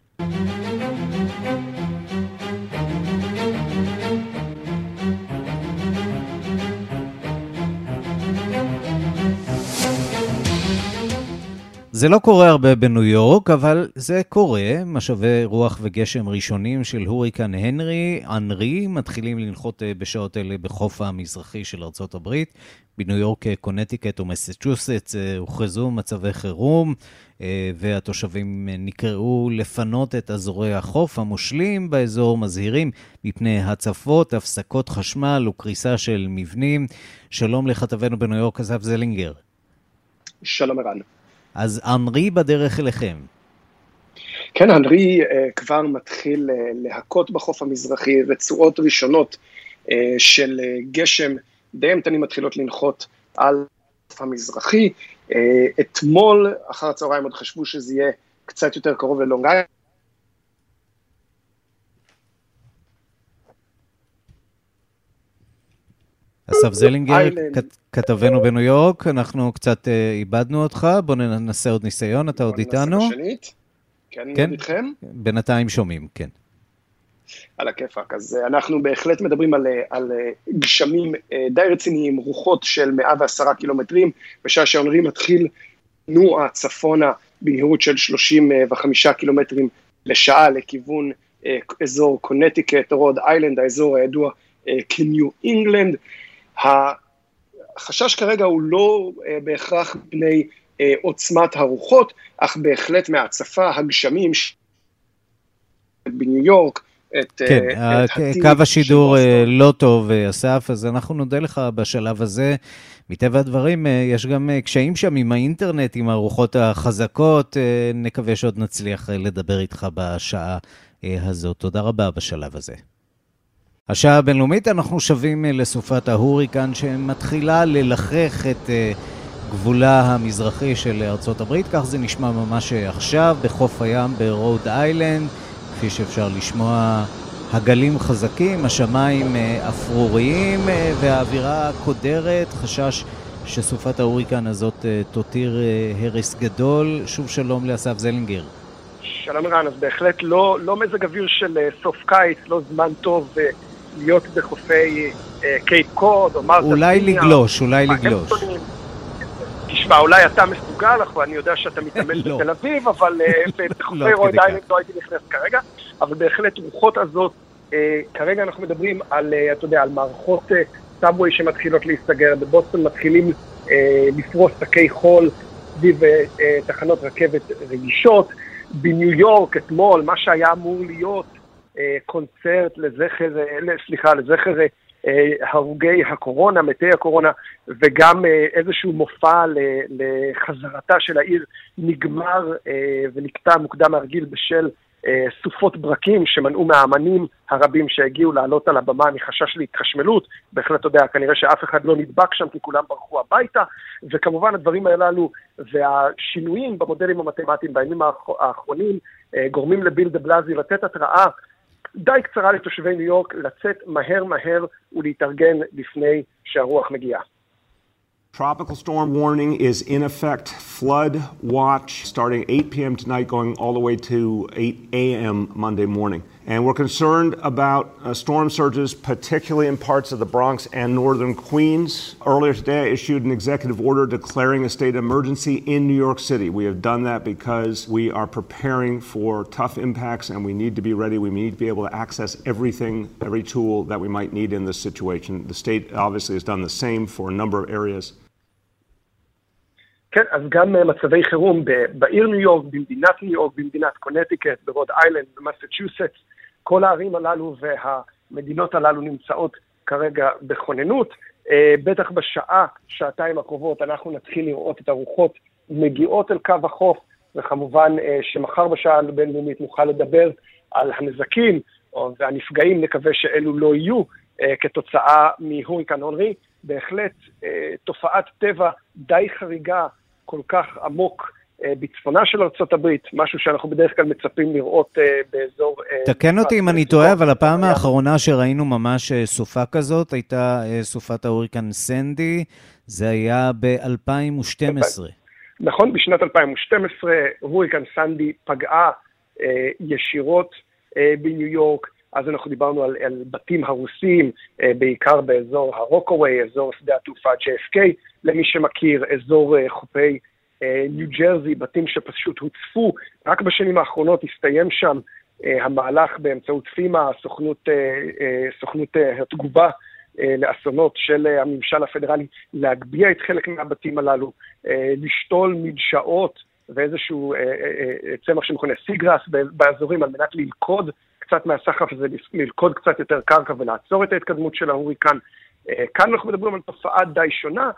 זה לא קורה הרבה בניו יורק, אבל זה קורה. משאבי רוח וגשם ראשונים של הוריקן הנרי, אנרי, מתחילים לנחות בשעות אלה בחוף המזרחי של ארצות הברית. בניו יורק, קונטיקט ומסצ'וסטס הוכרזו מצבי חירום, והתושבים נקראו לפנות את אזורי החוף המושלים באזור, מזהירים מפני הצפות, הפסקות חשמל וקריסה של מבנים. שלום לכתבנו בניו יורק, אסף זלינגר. שלום ערן. אז אנרי בדרך אליכם. כן, אנרי uh, כבר מתחיל uh, להכות בחוף המזרחי, רצועות ראשונות uh, של uh, גשם די אמתני מתחילות לנחות על החוף המזרחי. Uh, אתמול, אחר הצהריים עוד חשבו שזה יהיה קצת יותר קרוב ללונג איילנד. אסף זלינגר, כתבנו בניו יורק, אנחנו קצת איבדנו אותך, בוא ננסה עוד ניסיון, אתה עוד איתנו? כן, אני עוד איתכם? בינתיים שומעים, כן. על הכיפק, אז אנחנו בהחלט מדברים על, על גשמים די רציניים, רוחות של מאה ועשרה קילומטרים, בשעה שאנרי מתחיל נוע צפונה במהירות של שלושים וחמישה קילומטרים לשעה, לכיוון אזור קונטיקט, רוד איילנד, האזור הידוע כניו אינגלנד. החשש כרגע הוא לא בהכרח בני עוצמת הרוחות, אך בהחלט מהצפה, הגשמים בניו יורק, את, כן, את קו השידור לא טוב, אסף, אז אנחנו נודה לך בשלב הזה. מטבע הדברים, יש גם קשיים שם עם האינטרנט, עם הרוחות החזקות, נקווה שעוד נצליח לדבר איתך בשעה הזאת. תודה רבה בשלב הזה. השעה הבינלאומית, אנחנו שווים לסופת ההוריקן שמתחילה ללחך את גבולה המזרחי של ארצות הברית. כך זה נשמע ממש עכשיו בחוף הים ברוד איילנד, כפי שאפשר לשמוע הגלים חזקים, השמיים אפרוריים והאווירה קודרת, חשש שסופת ההוריקן הזאת תותיר הרס גדול. שוב שלום לאסף זלינגר. שלום רן, אז בהחלט לא, לא מזג אוויר של סוף קיץ, לא זמן טוב להיות בחופי קייפ קוד או מרטה. אולי לגלוש, אולי לגלוש. תשמע, אולי אתה מסוגל, אני יודע שאתה מתאמן בתל אביב, אבל בחופי רוד איילנד לא הייתי נכנס כרגע, אבל בהחלט רוחות הזאת, כרגע אנחנו מדברים על, אתה יודע, על מערכות סאבווי שמתחילות להסתגר, בבוסטון מתחילים לפרוס שקי חול סביב תחנות רכבת רגישות, בניו יורק אתמול, מה שהיה אמור להיות קונצרט לזכר, סליחה, לזכר הרוגי הקורונה, מתי הקורונה, וגם איזשהו מופע לחזרתה של העיר נגמר ונקטע מוקדם הרגיל בשל סופות ברקים שמנעו מהאמנים הרבים שהגיעו לעלות על הבמה מחשש להתחשמלות. בהחלט אתה יודע, כנראה שאף אחד לא נדבק שם כי כולם ברחו הביתה, וכמובן הדברים הללו והשינויים במודלים המתמטיים בימים האחרונים גורמים לביל דה בלזי לתת התראה די קצרה לתושבי ניו יורק לצאת מהר מהר ולהתארגן לפני שהרוח מגיעה. Tropical storm warning is in effect. Flood watch starting eight p.m. tonight going all the way to eight a.m. Monday morning. And we're concerned about uh, storm surges, particularly in parts of the Bronx and northern Queens. Earlier today, I issued an executive order declaring a state of emergency in New York City. We have done that because we are preparing for tough impacts and we need to be ready. We need to be able to access everything, every tool that we might need in this situation. The state obviously has done the same for a number of areas. כן, אז גם מצבי חירום בעיר ניו יורק, במדינת ניו יורק, במדינת קונטיקט, ברוד איילנד, במסצ'וסטס, כל הערים הללו והמדינות הללו נמצאות כרגע בכוננות. בטח בשעה, שעתיים הקרובות, אנחנו נתחיל לראות את הרוחות מגיעות אל קו החוף, וכמובן שמחר בשעה הבינלאומית נוכל לדבר על הנזקים והנפגעים, נקווה שאלו לא יהיו כתוצאה מהוריקן הנרי. בהחלט תופעת טבע די חריגה, כל כך עמוק בצפונה של ארצות הברית, משהו שאנחנו בדרך כלל מצפים לראות באזור... תקן אותי אם אני טועה, אבל הפעם האחרונה שראינו ממש סופה כזאת, הייתה סופת ההוריקן סנדי, זה היה ב-אלפיים ושתים עשרה. נכון, בשנת אלפיים ושתים עשרה הוריקן סנדי פגעה ישירות בניו יורק, אז אנחנו דיברנו על, על בתים הרוסים, אה, בעיקר באזור הרוקווי, אזור שדה התעופה ג'יי אף קיי, למי שמכיר, אזור אה, חופי אה, ניו ג'רזי, בתים שפשוט הוצפו. רק בשנים האחרונות הסתיים שם אה, המהלך באמצעות פימה, סוכנות, אה, אה, סוכנות אה, התגובה אה, לאסונות של אה, הממשל הפדרלי, להגביה את חלק מהבתים הללו, אה, לשתול מדשאות ואיזשהו אה, אה, צמח שמכונה סיגרס באזורים על מנת ללכוד קצת מהסחף הזה, ללכוד קצת יותר קרקע ולעצור את ההתקדמות של ההוריקן. כאן אנחנו מדברים על תופעה די שונה.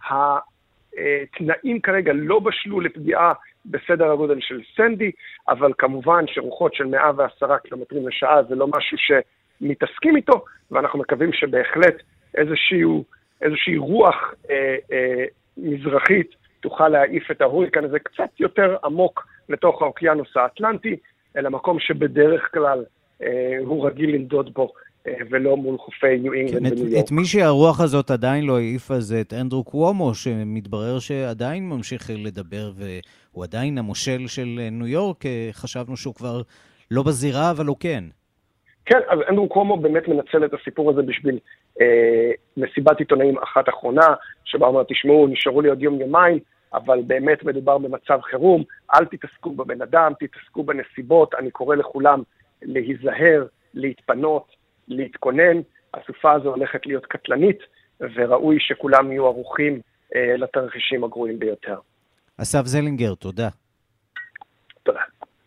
התנאים כרגע לא בשלו לפגיעה בסדר הגודל של סנדי, אבל כמובן שרוחות של מאה ועשרה קילומטרים לשעה זה לא משהו שמתעסקים איתו, ואנחנו מקווים שבהחלט איזשהו, איזושהי רוח אה, אה, מזרחית תוכל להעיף את ההוריקן הזה קצת יותר עמוק לתוך האוקיינוס האטלנטי, אל המקום שבדרך כלל אה, הוא רגיל לנדוד בו, אה, ולא מול חופי ניו אינגלנד וניו יורק. את מי שהרוח הזאת עדיין לא העיפה זה את אנדרו קוומו, שמתברר שעדיין ממשיך לדבר, והוא עדיין המושל של ניו יורק, חשבנו שהוא כבר לא בזירה, אבל הוא כן. כן, אז אנדרו קוומו באמת מנצל את הסיפור הזה בשביל אה, מסיבת עיתונאים אחת אחרונה, שבה אומר, תשמעו, נשארו לי עוד יום יומיים, אבל באמת מדובר במצב חירום, אל תתעסקו בבן אדם, תתעסקו בנסיבות, אני קורא לכולם להיזהר, להתפנות, להתכונן, הסופה הזו הולכת להיות קטלנית, וראוי שכולם יהיו ערוכים אה, לתרחישים הגרועים ביותר. אסף זלינגר, תודה. תודה.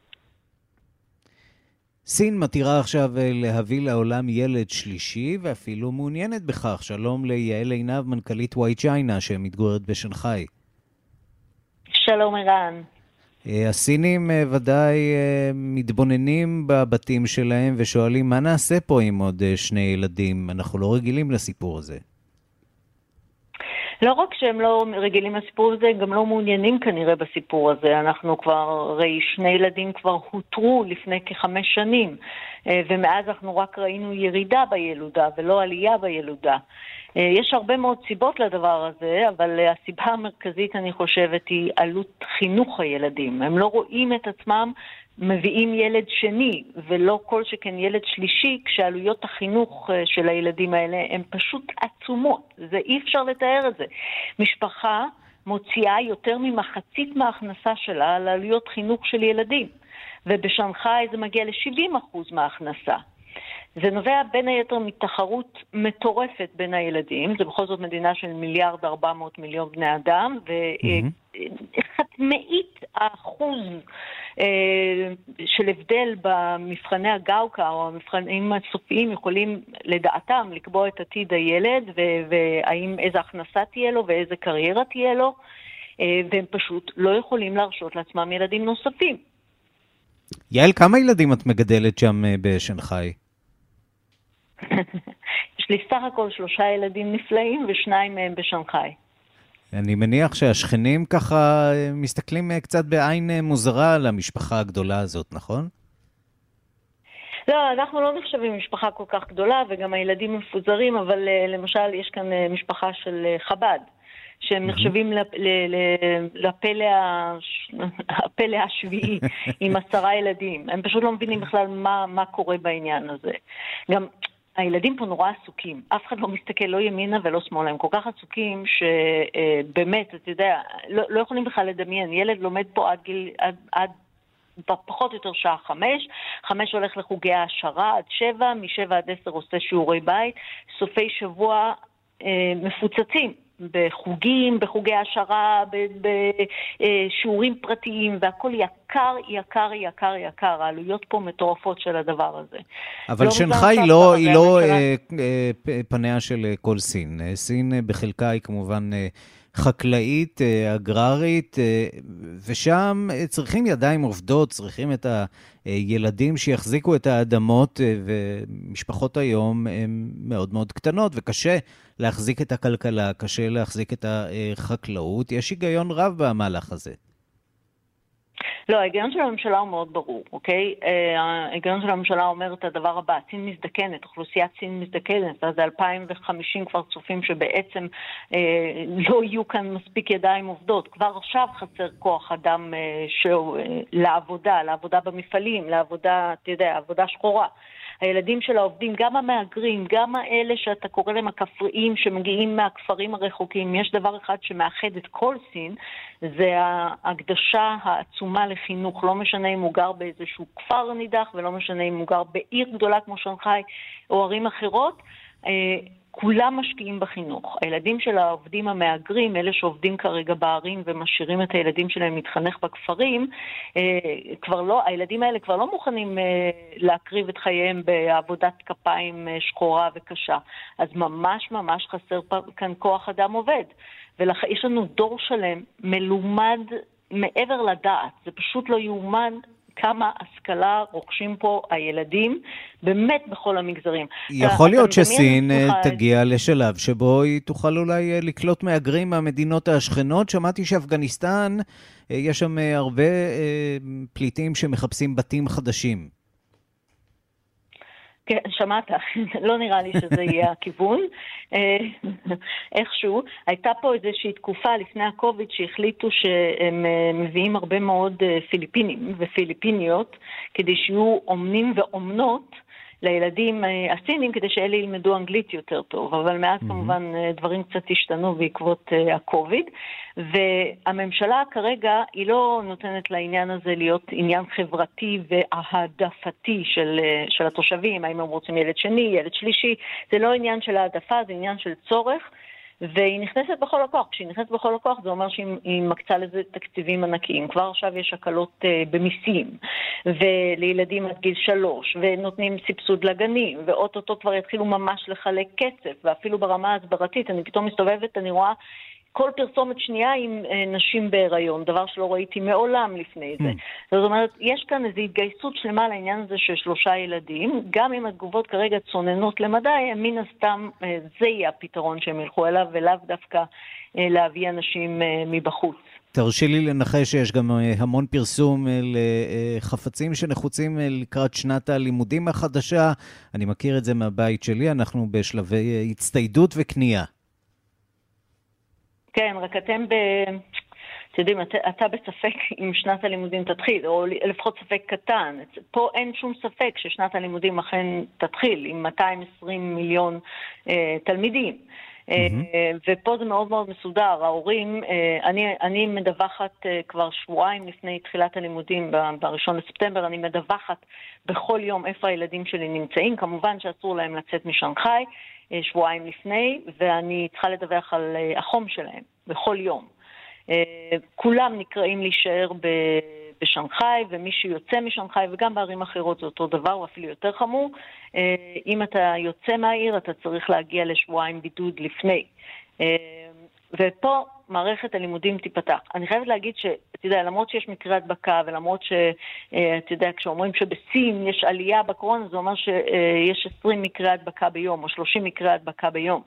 סין מתירה עכשיו להביא לעולם ילד שלישי, ואפילו מעוניינת בכך. שלום ליעל עינב, מנכ"לית וואי צ'יינה, שמתגוררת בשנגחאי. שלום ערן. הסינים ודאי מתבוננים בבתים שלהם ושואלים מה נעשה פה עם עוד שני ילדים. אנחנו לא רגילים לסיפור הזה. לא רק שהם לא רגילים לסיפור הזה, גם לא מעוניינים כנראה בסיפור הזה. אנחנו כבר, הרי שני ילדים כבר הותרו לפני כחמש שנים, ומאז אנחנו רק ראינו ירידה בילודה ולא עלייה בילודה. יש הרבה מאוד סיבות לדבר הזה, אבל הסיבה המרכזית אני חושבת היא עלות חינוך הילדים. הם לא רואים את עצמם מביאים ילד שני, ולא כל שכן ילד שלישי, כשעלויות החינוך של הילדים האלה הן פשוט עצומות. זה אי אפשר לתאר את זה. משפחה מוציאה יותר ממחצית מההכנסה שלה על עלויות חינוך של ילדים, ובשנגחאי זה מגיע ל-שבעים אחוז מההכנסה. זה נובע בין היתר מתחרות מטורפת בין הילדים, זה בכל זאת מדינה של מיליארד ארבע מאות מיליון בני אדם, ומאית האחוז של הבדל במבחני הגאוקה או המבחנים הסופיים יכולים לדעתם לקבוע את עתיד הילד, והאם איזה הכנסה תהיה לו ואיזה קריירה תהיה לו, והם פשוט לא יכולים להרשות לעצמם ילדים נוספים. יעל, כמה ילדים את מגדלת שם בשנגחאי? יש לי סך הכל שלושה ילדים נפלאים ושניים מהם בשנגחאי. אני מניח שהשכנים ככה מסתכלים קצת בעין מוזרה על המשפחה הגדולה הזאת, נכון? לא, אנחנו לא נחשבים משפחה כל כך גדולה, וגם הילדים מפוזרים, אבל למשל יש כאן משפחה של חב"ד, שהם נחשבים לפלא הפלא השביעי עם עשרה ילדים. הם פשוט לא מבינים בכלל מה, מה קורה בעניין הזה. גם הילדים פה נורא עסוקים. אף אחד לא מסתכל לא ימינה ולא שמאלה. הם כל כך עסוקים שבאמת, אתה יודע, לא, לא יכולים בכלל לדמיין. ילד לומד פה עד גיל, עד, עד פחות או יותר שעה חמש, חמש הולך לחוגי העשרה עד שבע, משבע עד עשר עושה שיעורי בית, סופי שבוע אה, מפוצצים. בחוגים, בחוגי העשרה, בשיעורים פרטיים, והכל יקר, יקר, יקר, יקר. העלויות פה מטורפות של הדבר הזה. אבל שנגחאי לא, היא לא פניה של כל סין. סין בחלקה היא כמובן חקלאית, אגררית, ושם צריכים ידיים עובדות, צריכים את הילדים שיחזיקו את האדמות, ומשפחות היום הן מאוד מאוד קטנות, וקשה להחזיק את הכלכלה, קשה להחזיק את החקלאות. יש היגיון רב במהלך הזה. לא, ההיגיון של הממשלה הוא מאוד ברור, אוקיי? ההיגיון של הממשלה אומר את הדבר הבא, סין מזדקנת, אוכלוסיית סין מזדקנת, אז אלפיים וחמישים כבר צופים שבעצם אה, לא יהיו כאן מספיק ידיים עובדות, כבר עכשיו חסר כוח אדם אה, שהוא, אה, לעבודה, לעבודה במפעלים, לעבודה, אתה יודע, עבודה שחורה. הילדים של העובדים, גם המאגרים, גם האלה שאתה קורא להם הכפריים שמגיעים מהכפרים הרחוקים, יש דבר אחד שמאחד את כל סין, זה ההקדשה העצומה לחינוך. לא משנה אם הוא גר באיזשהו כפר נידח, ולא משנה אם הוא גר בעיר גדולה כמו שנגחאי או ערים אחרות, כולם משקיעים בחינוך. הילדים של העובדים המאגרים, אלה שעובדים כרגע בערים ומשאירים את הילדים שלהם להתחנך בכפרים, כבר לא, הילדים האלה כבר לא מוכנים להקריב את חייהם בעבודת כפיים שחורה וקשה. אז ממש ממש חסר כאן כוח אדם עובד. ויש לנו דור שלם מלומד מעבר לדעת. זה פשוט לא יאומן כמה השכלה רוכשים פה הילדים, באמת בכל המגזרים. יכול להיות שסין תגיע לשלב שבו היא תוכל אולי לקלוט מאגרים מהמדינות השכנות. שמעתי שאפגניסטן, יש שם הרבה פליטים שמחפשים בתים חדשים. כן, שמעת, לא נראה לי שזה יהיה הכיוון. איכשהו, הייתה פה איזושהי תקופה לפני הקוביד שהחליטו שהם מביאים הרבה מאוד פיליפינים ופיליפיניות, כדי שיהיו אומנים ואומנות לילדים הסינים, כדי שאלה ילמדו אנגלית יותר טוב, אבל מאז כמובן דברים קצת השתנו בעקבות הקוביד, והממשלה כרגע היא לא נותנת לעניין הזה להיות עניין חברתי והעדפתי של, של התושבים, האם הם רוצים ילד שני, ילד שלישי, זה לא עניין של העדפה, זה עניין של צורך, והיא נכנסת בכל הכוח. כשהיא נכנסת בכל הכוח זה אומר שהיא מקצה לזה תקציבים ענקיים. כבר עכשיו יש הקלות uh, במיסים, ולילדים עד גיל שלוש, ונותנים סבסוד לגנים, ואוטוטו כבר יתחילו ממש לחלק כסף, ואפילו ברמה ההסברתית, אני פתאום מסתובבת, אני רואה כל פרסומת שנייה עם נשים בהיריון, דבר שלא ראיתי מעולם לפני זה. זאת אומרת, יש כאן איזו התגייסות שלמה לעניין הזה של שלושה ילדים, גם אם התגובות כרגע צוננות למדי, מן הסתם זה יהיה הפתרון שהם ילכו אליו, ולאו דווקא להביא אנשים מבחוץ. תרשי לי לנחש שיש גם המון פרסום לחפצים שנחוצים לקראת שנת הלימודים החדשה. אני מכיר את זה מהבית שלי, אנחנו בשלבי הצטיידות וקנייה. כן, רק אתם ב... אתם יודעים, אתה, אתה בספק אם שנת הלימודים תתחיל, או לפחות ספק קטן. פה אין שום ספק ששנת הלימודים אכן תתחיל, עם מאתיים ועשרים מיליון אה, תלמידים. Mm-hmm. ופה זה מאוד מאוד מסודר. ההורים, אני, אני מדווחת כבר שבועיים לפני תחילת הלימודים, בראשון לספטמבר, אני מדווחת בכל יום איפה הילדים שלי נמצאים. כמובן שאסור להם לצאת משנגחאי שבועיים לפני, ואני צריכה לדווח על החום שלהם בכל יום. כולם נקראים להישאר ב... בשנגחאי, ומי שיוצא משנגחאי, וגם בערים אחרות זה אותו דבר, או אפילו יותר חמור. אם אתה יוצא מהעיר, אתה צריך להגיע לשבועיים בידוד לפני. ופה מערכת הלימודים תיפתח. אני חייבת להגיד שאתה יודע, למרות שיש מקרה הדבקה, ולמרות שאתה יודע, כשאומרים שבסין יש עלייה בקורונה, זה אומר שיש עשרים מקרי הדבקה ביום, או שלושים מקרי הדבקה ביום.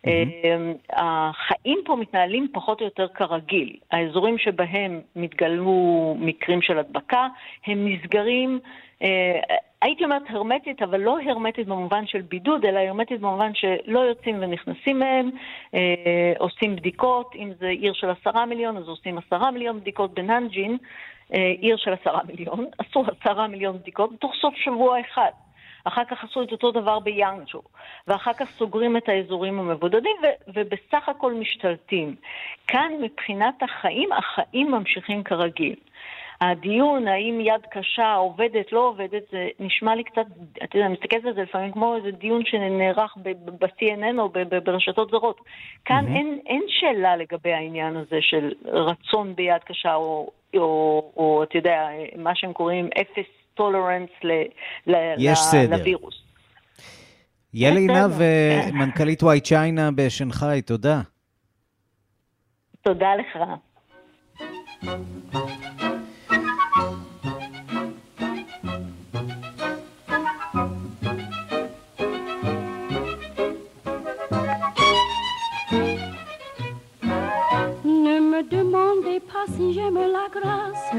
החיים פה מתנהלים פחות או יותר כרגיל. האזורים שבהם מתגלו מקרים של הדבקה, הם נסגרים, הייתי אומרת הרמטית, אבל לא הרמטית במובן של בידוד, אלא הרמטית במובן שלא יוצאים ונכנסים מהם, עושים בדיקות, אם זה עיר של עשרה מיליון, אז עושים עשרה מיליון בדיקות בננג'ין, עיר של עשרה מיליון, עשו עשרה מיליון בדיקות, בתוך סוף שבוע אחד. אחר כך עשו את אותו דבר ביאנג'ו, ואחר כך סוגרים את האזורים המבודדים, ו- ובסך הכל משתלטים. כאן מבחינת החיים, החיים ממשיכים כרגיל. הדיון, האם יד קשה עובדת, לא עובדת, זה נשמע לי קצת, אתה יודע, מסתכלת על זה לפעמים כמו איזה דיון שנערך ב-סי אן אן או ברשתות זרות. כאן mm-hmm. אין, אין שאלה לגבי העניין הזה של רצון ביד קשה, או, או, או אתה יודע, מה שהם קוראים אפס טולרנס לווירוס. יאלי עינב, מנכ"לית וואי צ'יינה בשנגחאי, תודה. תודה לך. Ne me demandez pas si j'aime la grâce.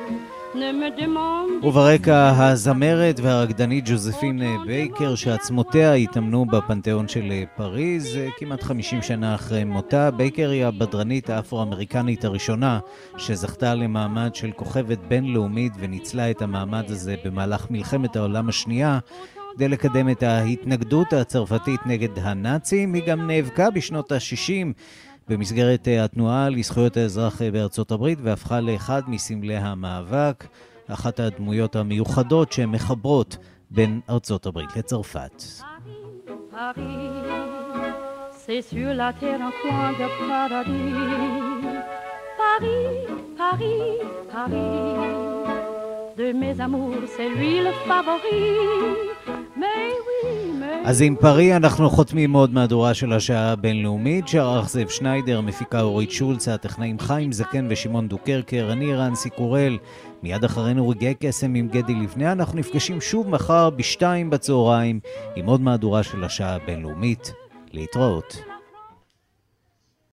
וברקע הזמרת והרקדנית ג'וזפין בייקר שעצמותיה התאמנו בפנתיאון של פריז כמעט חמישים שנה אחרי מותה. בייקר היא הבדרנית האפרו-אמריקנית הראשונה שזכתה למעמד של כוכבת בינלאומית וניצלה את המעמד הזה במהלך מלחמת העולם השנייה כדי לקדם את ההתנגדות הצרפתית נגד הנאצים. היא גם נאבקה בשנות ה-שישים במסגרת התנועה לזכויות האזרח בארצות הברית והפכה לאחד מסמלי המאבק, אחת הדמויות המיוחדות שמחברות בין ארצות הברית לצרפת. C'est sur la terre un coin de paradis. Paris, Paris, Paris. De mes amours, c'est lui le favori. Mais oui, mais... אז עם פרי אנחנו חותמים מאוד מהדורה של השעה הבינלאומית. שערך זאב שניידר, מפיקה אורית שולץ, הטכנאים חיים זקן ושמעון דוקרקר, אני רנסי קורל. מיד אחרינו רגעי קסם עם גדי לבנה. אנחנו נפגשים שוב מחר בשתיים בצהריים עם עוד מהדורה של השעה הבינלאומית. להתראות.